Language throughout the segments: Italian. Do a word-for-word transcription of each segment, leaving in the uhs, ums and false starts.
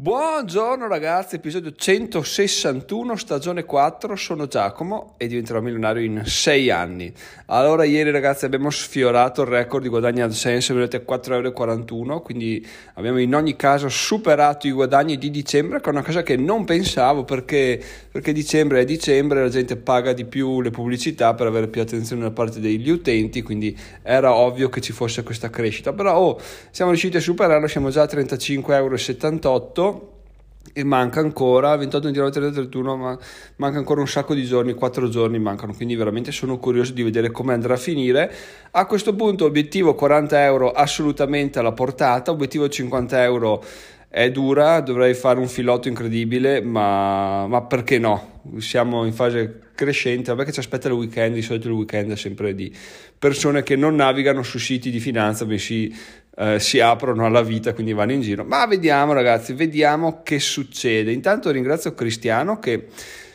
Buongiorno ragazzi, episodio centosessantuno, stagione quattro, sono Giacomo e diventerò milionario in sei anni. Allora ieri ragazzi abbiamo sfiorato il record di guadagni AdSense, venuti a quattro virgola quarantuno euro, quindi abbiamo in ogni caso superato i guadagni di dicembre, che è una cosa che non pensavo perché, perché dicembre è dicembre, la gente paga di più le pubblicità per avere più attenzione da parte degli utenti, quindi era ovvio che ci fosse questa crescita, però oh, siamo riusciti a superarlo, siamo già a trentacinque virgola settantotto euro e manca ancora ventotto, ventinove, trenta, trentuno, ma manca ancora un sacco di giorni, quattro giorni mancano, quindi veramente sono curioso di vedere come andrà a finire. A questo punto obiettivo quaranta euro assolutamente alla portata, obiettivo cinquanta euro è dura, dovrei fare un filotto incredibile, ma, ma perché no? Siamo in fase crescente, vabbè che ci aspetta il weekend, di solito il weekend è sempre di persone che non navigano su siti di finanza, bensì eh, si aprono alla vita, quindi vanno in giro. Ma vediamo ragazzi, vediamo che succede. Intanto ringrazio Cristiano che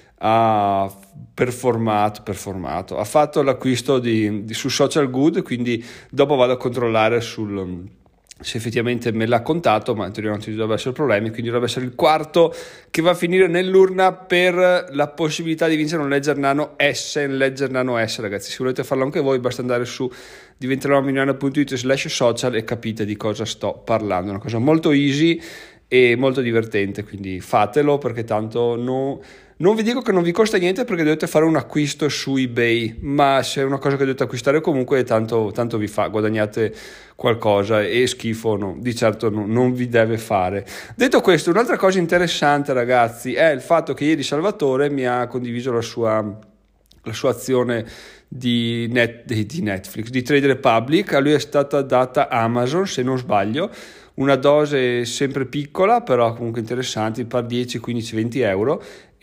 ha performato, performato, ha fatto l'acquisto di, di, su Social Good, quindi dopo vado a controllare sul... se effettivamente me l'ha contato, ma in teoria non ci dovrebbero essere problemi, quindi dovrebbe essere il quarto che va a finire nell'urna per la possibilità di vincere un Ledger Nano S, un Ledger Nano S ragazzi. Se volete farlo anche voi basta andare su diventerò milionario punto it slash social e capite di cosa sto parlando, è una cosa molto easy e molto divertente, quindi fatelo perché tanto no, non vi dico che non vi costa niente perché dovete fare un acquisto su eBay, ma se è una cosa che dovete acquistare comunque tanto, tanto vi fa, guadagnate qualcosa e schifo no, di certo no, non vi deve fare. Detto questo, un'altra cosa interessante ragazzi è il fatto che ieri Salvatore mi ha condiviso la sua, la sua azione di, net, di, di Netflix, di Trade Republic. A lui è stata data Amazon se non sbaglio, una dose sempre piccola però comunque interessante, per dieci, quindici, venti euro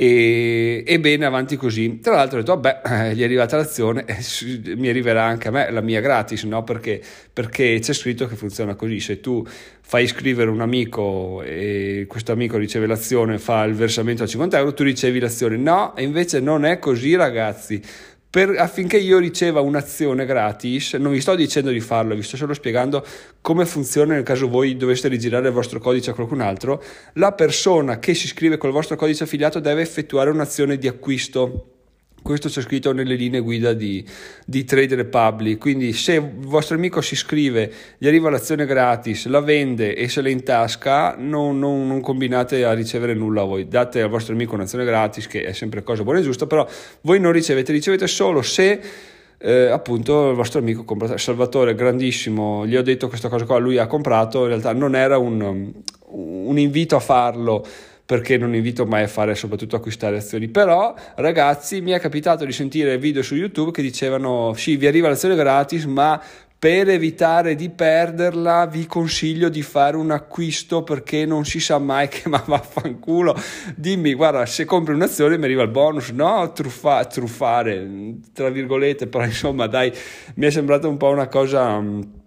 e, e bene avanti così. Tra l'altro ho detto vabbè eh, gli è arrivata l'azione eh, mi arriverà anche a me la mia gratis, no? Perché, perché c'è scritto che funziona così, se tu fai iscrivere un amico e questo amico riceve l'azione, fa il versamento a cinquanta euro, tu ricevi l'azione. No, e invece non è così ragazzi. Per, affinché io riceva un'azione gratis, non vi sto dicendo di farlo, vi sto solo spiegando come funziona nel caso voi doveste rigirare il vostro codice a qualcun altro. La persona che si iscrive col vostro codice affiliato deve effettuare un'azione di acquisto. Questo c'è scritto nelle linee guida di, di Trade Republic, quindi se il vostro amico si iscrive, gli arriva l'azione gratis, la vende e se la intasca, non, non, non combinate a ricevere nulla voi, date al vostro amico un'azione gratis che è sempre cosa buona e giusta, però voi non ricevete, ricevete solo se eh, appunto il vostro amico compra. Salvatore grandissimo, gli ho detto questa cosa qua, lui ha comprato, in realtà non era un, un invito a farlo, perché non invito mai a fare soprattutto acquistare azioni, però ragazzi mi è capitato di sentire video su YouTube che dicevano sì vi arriva l'azione gratis ma per evitare di perderla vi consiglio di fare un acquisto perché non si sa mai che ma vaffanculo, dimmi guarda se compri un'azione mi arriva il bonus, no truffa, truffare tra virgolette, però insomma dai mi è sembrata un po' una cosa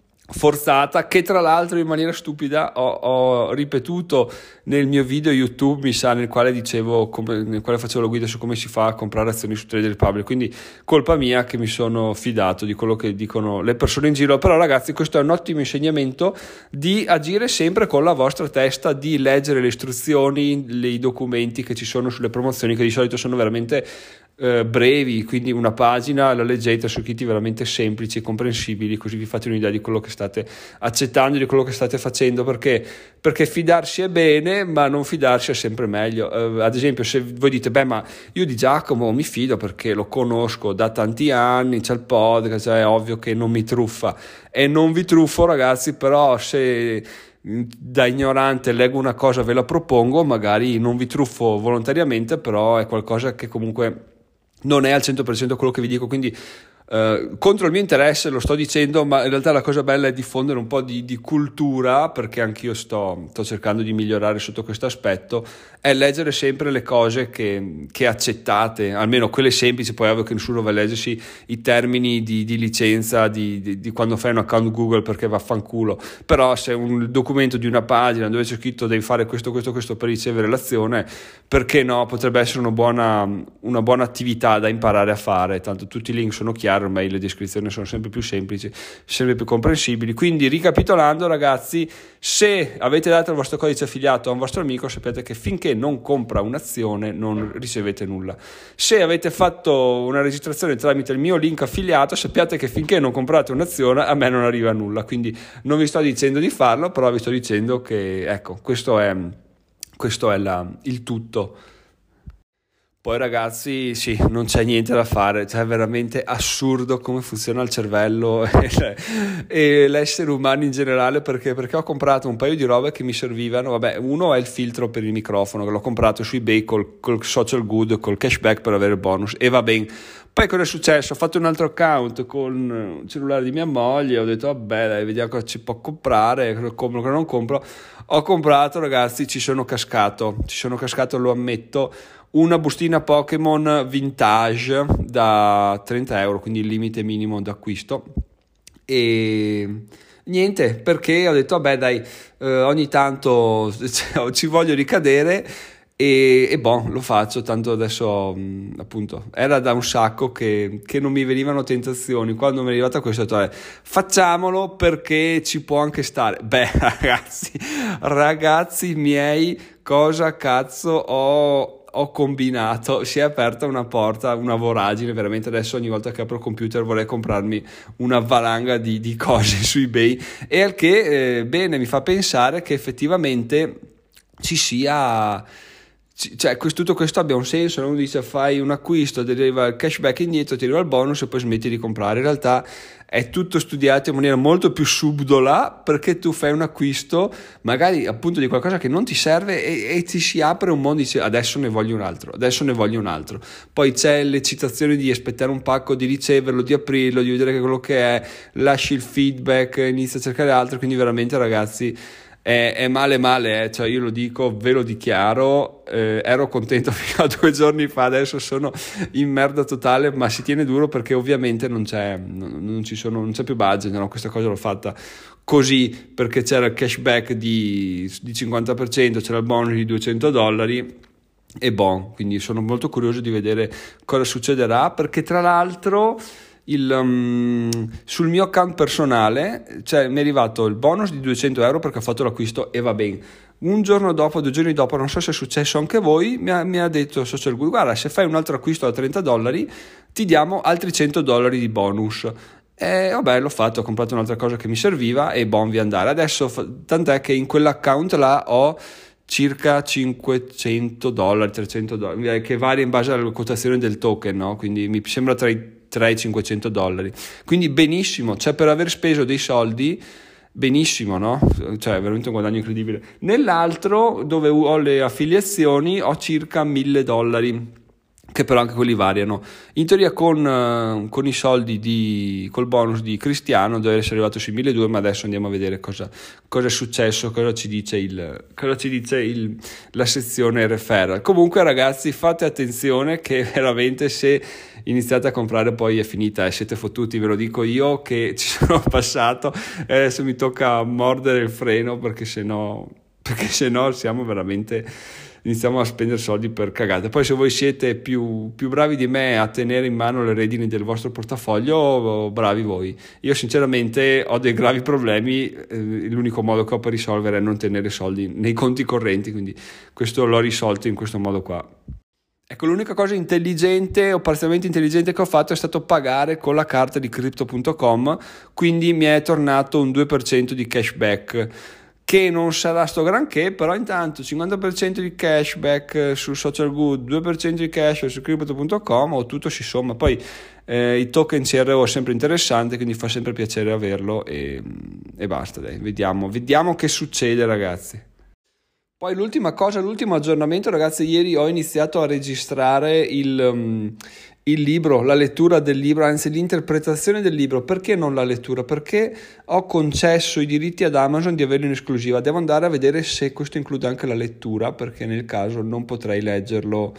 forzata, che tra l'altro in maniera stupida ho, ho ripetuto nel mio video YouTube, mi sa, nel quale dicevo come, nel quale facevo la guida su come si fa a comprare azioni su Trade Republic, quindi colpa mia che mi sono fidato di quello che dicono le persone in giro. Però ragazzi questo è un ottimo insegnamento di agire sempre con la vostra testa, di leggere le istruzioni, i documenti che ci sono sulle promozioni, che di solito sono veramente Eh, brevi, quindi una pagina la leggete su siti veramente semplici e comprensibili, così vi fate un'idea di quello che state accettando, di quello che state facendo, perché perché fidarsi è bene ma non fidarsi è sempre meglio. Eh, ad esempio se voi dite beh ma io di Giacomo mi fido perché lo conosco da tanti anni, c'è il podcast, cioè è ovvio che non mi truffa, e non vi truffo ragazzi, però se da ignorante leggo una cosa ve la propongo, magari non vi truffo volontariamente, però è qualcosa che comunque non è al cento per cento quello che vi dico, quindi eh, contro il mio interesse lo sto dicendo, ma in realtà la cosa bella è diffondere un po' di, di cultura, perché anch'io sto, sto cercando di migliorare sotto questo aspetto, è leggere sempre le cose che, che accettate, almeno quelle semplici. Poi è ovvio che nessuno va a leggersi i termini di, di licenza di, di, di quando fai un account Google, perché vaffanculo, però se un documento di una pagina dove c'è scritto devi fare questo, questo, questo per ricevere l'azione, perché no, potrebbe essere una buona, una buona attività da imparare a fare, tanto tutti i link sono chiari, cercare, ormai le descrizioni sono sempre più semplici, sempre più comprensibili. Quindi ricapitolando ragazzi, se avete dato il vostro codice affiliato a un vostro amico, sappiate che finché non compra un'azione non ricevete nulla. Se avete fatto una registrazione tramite il mio link affiliato, sappiate che finché non comprate un'azione a me non arriva nulla. Quindi non vi sto dicendo di farlo, però vi sto dicendo che ecco, questo è, questo è la, il tutto. Poi ragazzi, sì, non c'è niente da fare, cioè è veramente assurdo come funziona il cervello e, e l'essere umano in generale, perché, perché ho comprato un paio di robe che mi servivano. Vabbè, uno è il filtro per il microfono, che l'ho comprato su eBay col, col social good, col cashback per avere il bonus, e va bene. Poi cosa è successo? Ho fatto un altro account con il cellulare di mia moglie, ho detto vabbè dai, vediamo cosa ci può comprare, cosa compro, cosa non compro. Ho comprato ragazzi, ci sono cascato, ci sono cascato, lo ammetto, una bustina Pokémon vintage da trenta euro, quindi il limite minimo d'acquisto. E niente, perché ho detto vabbè dai, eh, ogni tanto cioè, ci voglio ricadere e, e boh, lo faccio, tanto adesso mh, appunto era da un sacco che, che non mi venivano tentazioni. Quando mi è arrivata questa ho detto eh, facciamolo perché ci può anche stare. Beh ragazzi, ragazzi miei, cosa cazzo ho ho combinato? Si è aperta una porta, una voragine, veramente adesso ogni volta che apro il computer vorrei comprarmi una valanga di, di cose su eBay, e al che eh, bene, mi fa pensare che effettivamente ci sia, cioè questo, tutto questo abbia un senso. Uno dice fai un acquisto, ti arriva il cashback indietro, ti arriva il bonus e poi smetti di comprare. In realtà è tutto studiato in maniera molto più subdola, perché tu fai un acquisto magari appunto di qualcosa che non ti serve e, e ti si apre un mondo, dice adesso ne voglio un altro, adesso ne voglio un altro. Poi c'è l'eccitazione di aspettare un pacco, di riceverlo, di aprirlo, di vedere che quello che è, lasci il feedback, inizi a cercare altro. Quindi veramente ragazzi è, è male male, eh. Cioè io lo dico, ve lo dichiaro, eh, ero contento fino a due giorni fa, adesso sono in merda totale, ma si tiene duro perché ovviamente non c'è, non, non ci sono, non c'è più budget, no? Questa cosa l'ho fatta così perché c'era il cashback di, di cinquanta per cento, c'era il bonus di duecento dollari e bon, quindi sono molto curioso di vedere cosa succederà, perché tra l'altro Il, um, sul mio account personale cioè, mi è arrivato il bonus di duecento euro perché ho fatto l'acquisto e va bene. Un giorno dopo, due giorni dopo, non so se è successo anche a voi, mi ha, mi ha detto Social Good, guarda, se fai un altro acquisto da trenta dollari ti diamo altri cento dollari di bonus. E vabbè, l'ho fatto, ho comprato un'altra cosa che mi serviva e buon via andare. Adesso tant'è che in quell'account là ho circa cinquecento dollari, trecento dollari, che varia in base alla quotazione del token, no? Quindi mi sembra tra i tre e i cinquecento dollari. Quindi benissimo, cioè per aver speso dei soldi, benissimo, no? Cioè veramente un guadagno incredibile. Nell'altro, dove ho le affiliazioni, ho circa mille dollari, che però anche quelli variano. In teoria con, con i soldi di, col bonus di Cristiano deve essere arrivato sui milleduecento, ma adesso andiamo a vedere cosa, cosa è successo, cosa ci dice, il, cosa ci dice il, la sezione referral. Comunque ragazzi, fate attenzione che veramente se iniziate a comprare poi è finita e siete fottuti, ve lo dico io che ci sono passato, e adesso mi tocca mordere il freno perché sennò, perché sennò siamo veramente, iniziamo a spendere soldi per cagate. Poi se voi siete più, più bravi di me a tenere in mano le redini del vostro portafoglio, bravi voi. Io sinceramente ho dei gravi problemi, eh, l'unico modo che ho per risolvere è non tenere soldi nei conti correnti, quindi questo l'ho risolto in questo modo qua. Ecco, l'unica cosa intelligente o parzialmente intelligente che ho fatto è stato pagare con la carta di crypto punto com, quindi mi è tornato un due per cento di cashback, che non sarà sto granché, però intanto cinquanta per cento di cashback su Social Good, due per cento di cashback su crypto punto com, o tutto si somma. Poi eh, i token C R O è sempre interessante, quindi fa sempre piacere averlo e, e basta, dai, vediamo, vediamo che succede ragazzi. Poi l'ultima cosa, l'ultimo aggiornamento ragazzi, ieri ho iniziato a registrare il, um, il libro, la lettura del libro, anzi l'interpretazione del libro. Perché non la lettura? Perché ho concesso i diritti ad Amazon di averlo in esclusiva. Devo andare a vedere se questo include anche la lettura, perché nel caso non potrei leggerlo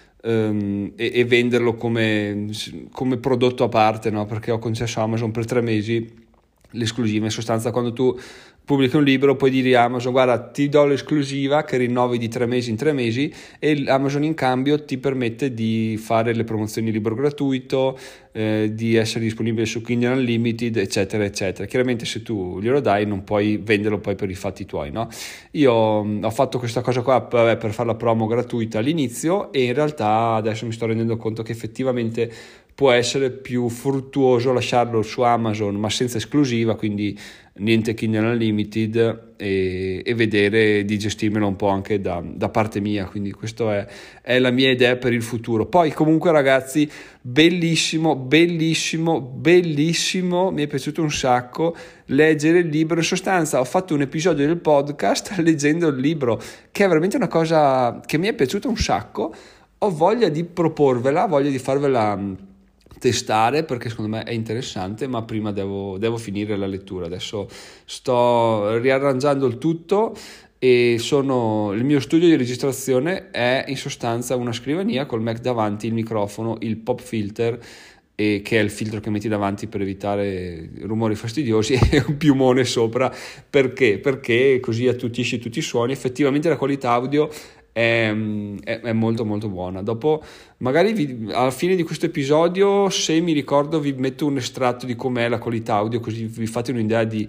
um, e, e venderlo come, come prodotto a parte, no? Perché ho concesso a Amazon per tre mesi l'esclusiva. In sostanza, quando tu pubblichi un libro, poi dire a Amazon guarda ti do l'esclusiva che rinnovi di tre mesi in tre mesi e Amazon in cambio ti permette di fare le promozioni libro gratuito, eh, di essere disponibile su Kindle Unlimited eccetera eccetera. Chiaramente se tu glielo dai non puoi venderlo poi per i fatti tuoi, no? Io mh, ho fatto questa cosa qua per, per fare la promo gratuita all'inizio e in realtà adesso mi sto rendendo conto che effettivamente può essere più fruttuoso lasciarlo su Amazon ma senza esclusiva, quindi niente Kindle Unlimited e, e vedere di gestirmelo un po' anche da, da parte mia, quindi questa è, è la mia idea per il futuro. Poi comunque ragazzi, bellissimo, bellissimo, bellissimo, mi è piaciuto un sacco leggere il libro. In sostanza ho fatto un episodio del podcast leggendo il libro, che è veramente una cosa che mi è piaciuta un sacco. Ho voglia di proporvela, voglia di farvela testare perché secondo me è interessante, ma prima devo, devo finire la lettura. Adesso sto riarrangiando il tutto e sono il mio studio di registrazione è in sostanza una scrivania col Mac davanti, il microfono, il pop filter e che è il filtro che metti davanti per evitare rumori fastidiosi e un piumone sopra. Perché? Perché così attutisci tutti i suoni. Effettivamente la qualità audio È, è, è molto molto buona. Dopo magari vi, alla fine di questo episodio, se mi ricordo, vi metto un estratto di com'è la qualità audio, così vi fate un'idea di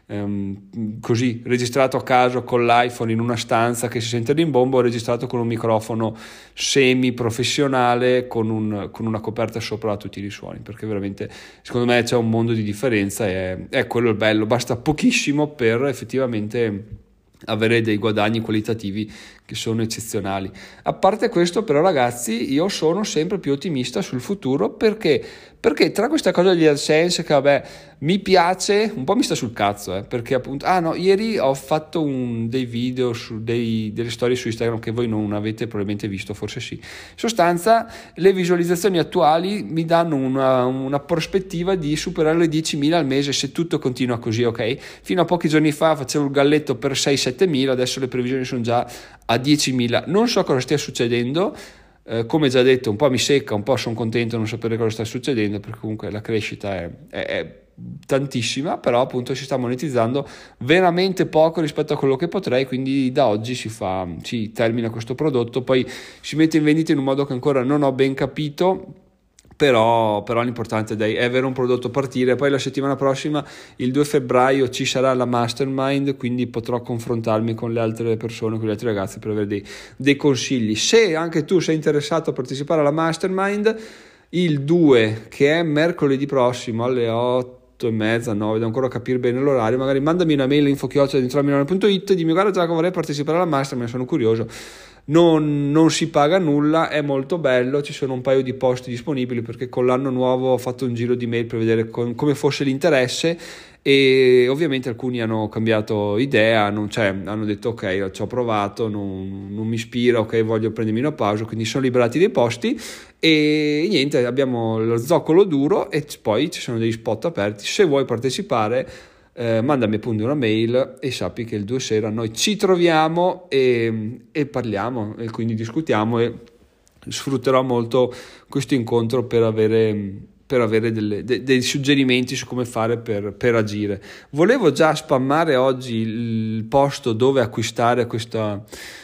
um, così registrato a caso con l'iPhone in una stanza che si sente rimbombo, registrato con un microfono semi professionale con, un, con una coperta sopra a tutti i suoni, perché veramente secondo me c'è un mondo di differenza e è, è quello il bello. Basta pochissimo per effettivamente avere dei guadagni qualitativi che sono eccezionali. A parte questo però ragazzi, io sono sempre più ottimista sul futuro perché perché tra questa cosa degli AdSense che vabbè mi piace, un po' mi sta sul cazzo eh, perché appunto ah no ieri ho fatto un, dei video su dei, delle storie su Instagram che voi non avete probabilmente visto, forse sì. In sostanza le visualizzazioni attuali mi danno una, una prospettiva di superare le diecimila al mese se tutto continua così, ok? Fino a pochi giorni fa facevo il galletto per sei sette mila, adesso le previsioni sono già a diecimila. Non so cosa stia succedendo, eh, come già detto un po' mi secca, un po' sono contento di non sapere cosa sta succedendo perché comunque la crescita è, è, è tantissima, però appunto si sta monetizzando veramente poco rispetto a quello che potrei, quindi da oggi si fa, si termina questo prodotto, poi si mette in vendita in un modo che ancora non ho ben capito. Però, però l'importante dai, è avere un prodotto, partire. Poi la settimana prossima, il due febbraio, ci sarà la mastermind, quindi potrò confrontarmi con le altre persone, con gli altri ragazzi per avere dei, dei consigli. Se anche tu sei interessato a partecipare alla mastermind, il due, che è mercoledì prossimo alle otto e mezza, nove, devo ancora capire bene l'orario, magari mandami una mail info chiocciola dintromilano punto it, dimmi guarda Giacomo vorrei partecipare alla mastermind, sono curioso. Non, non si paga nulla, è molto bello, ci sono un paio di posti disponibili perché con l'anno nuovo ho fatto un giro di mail per vedere con, come fosse l'interesse e ovviamente alcuni hanno cambiato idea, non, cioè, hanno detto ok ci ho provato, non, non mi ispira, ok voglio prendermi una pausa, quindi sono liberati dei posti e niente, abbiamo lo zoccolo duro e poi ci sono degli spot aperti. Se vuoi partecipare Eh, mandami appunto una mail e sappi che il due sera noi ci troviamo e, e parliamo e quindi discutiamo e sfrutterò molto questo incontro per avere, per avere delle, de, dei suggerimenti su come fare per, per agire. Volevo già spammare oggi il posto dove acquistare questa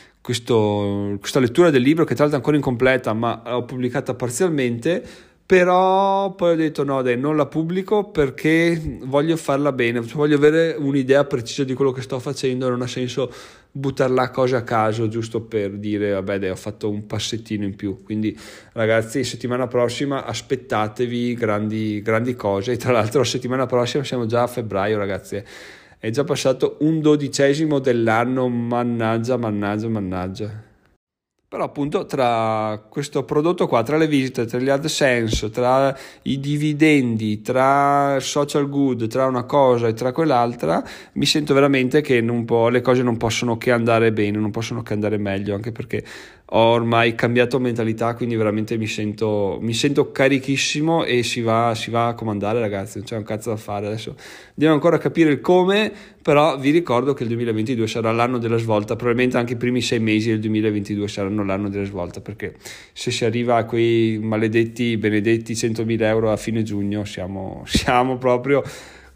questo, questa lettura del libro che tra l'altro è ancora incompleta ma l'ho pubblicata parzialmente. Però poi ho detto no dai, non la pubblico perché voglio farla bene, voglio avere un'idea precisa di quello che sto facendo, non ha senso buttarla cose a caso giusto per dire vabbè dai ho fatto un passettino in più. Quindi ragazzi settimana prossima aspettatevi grandi, grandi cose e tra l'altro la settimana prossima siamo già a febbraio ragazzi, è già passato un dodicesimo dell'anno, mannaggia mannaggia mannaggia. Però appunto tra questo prodotto qua, tra le visite, tra gli AdSense, tra i dividendi, tra social good, tra una cosa e tra quell'altra, mi sento veramente che non può, le cose non possono che andare bene, non possono che andare meglio, anche perché ho ormai cambiato mentalità, quindi veramente mi sento, mi sento carichissimo e si va, si va a comandare ragazzi, non c'è un cazzo da fare adesso. Devo ancora capire il come, però vi ricordo che il duemilaventidue sarà l'anno della svolta, probabilmente anche i primi sei mesi del duemilaventidue saranno l'anno della svolta, perché se si arriva a quei maledetti, benedetti centomila euro a fine giugno siamo, siamo proprio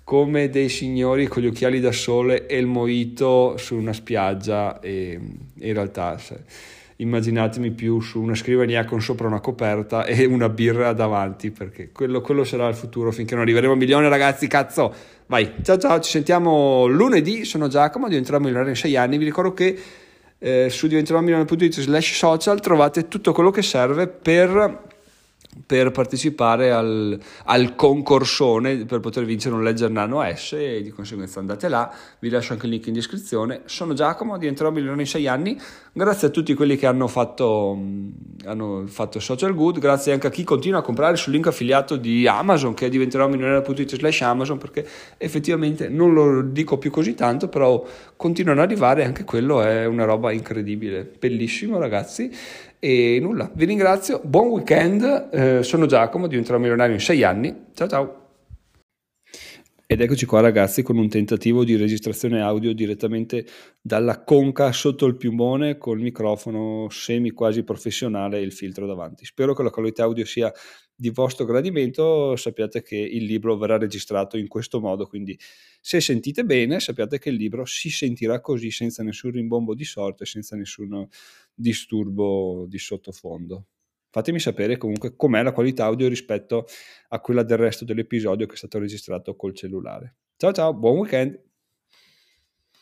come dei signori con gli occhiali da sole e il mojito su una spiaggia, e in realtà se, immaginatemi più su una scrivania con sopra una coperta e una birra davanti, perché quello, quello sarà il futuro finché non arriveremo a milione, ragazzi, cazzo. Vai, ciao ciao, ci sentiamo lunedì. Sono Giacomo, diventerò milionario in sei anni. Vi ricordo che eh, su diventerò milionario punto it slash social trovate tutto quello che serve per per partecipare al, al concorsone per poter vincere un Ledger Nano S, e di conseguenza andate là, vi lascio anche il link in descrizione. Sono Giacomo, diventerò milionario in sei anni. Grazie a tutti quelli che hanno fatto hanno fatto social good, grazie anche a chi continua a comprare sul link affiliato di Amazon, che è diventerò milionario punto it slash Amazon, perché effettivamente non lo dico più così tanto, però continuano ad arrivare, anche quello è una roba incredibile, bellissimo, ragazzi. E nulla, vi ringrazio, buon weekend, eh, sono Giacomo, diventerò milionario in sei anni, ciao ciao. Ed eccoci qua, ragazzi, con un tentativo di registrazione audio direttamente dalla conca sotto il piumone, col microfono semi quasi professionale e il filtro davanti. Spero che la qualità audio sia di vostro gradimento. Sappiate che il libro verrà registrato in questo modo, quindi se sentite bene sappiate che il libro si sentirà così, senza nessun rimbombo di sorte, senza nessun disturbo di sottofondo. Fatemi sapere comunque com'è la qualità audio rispetto a quella del resto dell'episodio che è stato registrato col cellulare. Ciao ciao, buon weekend!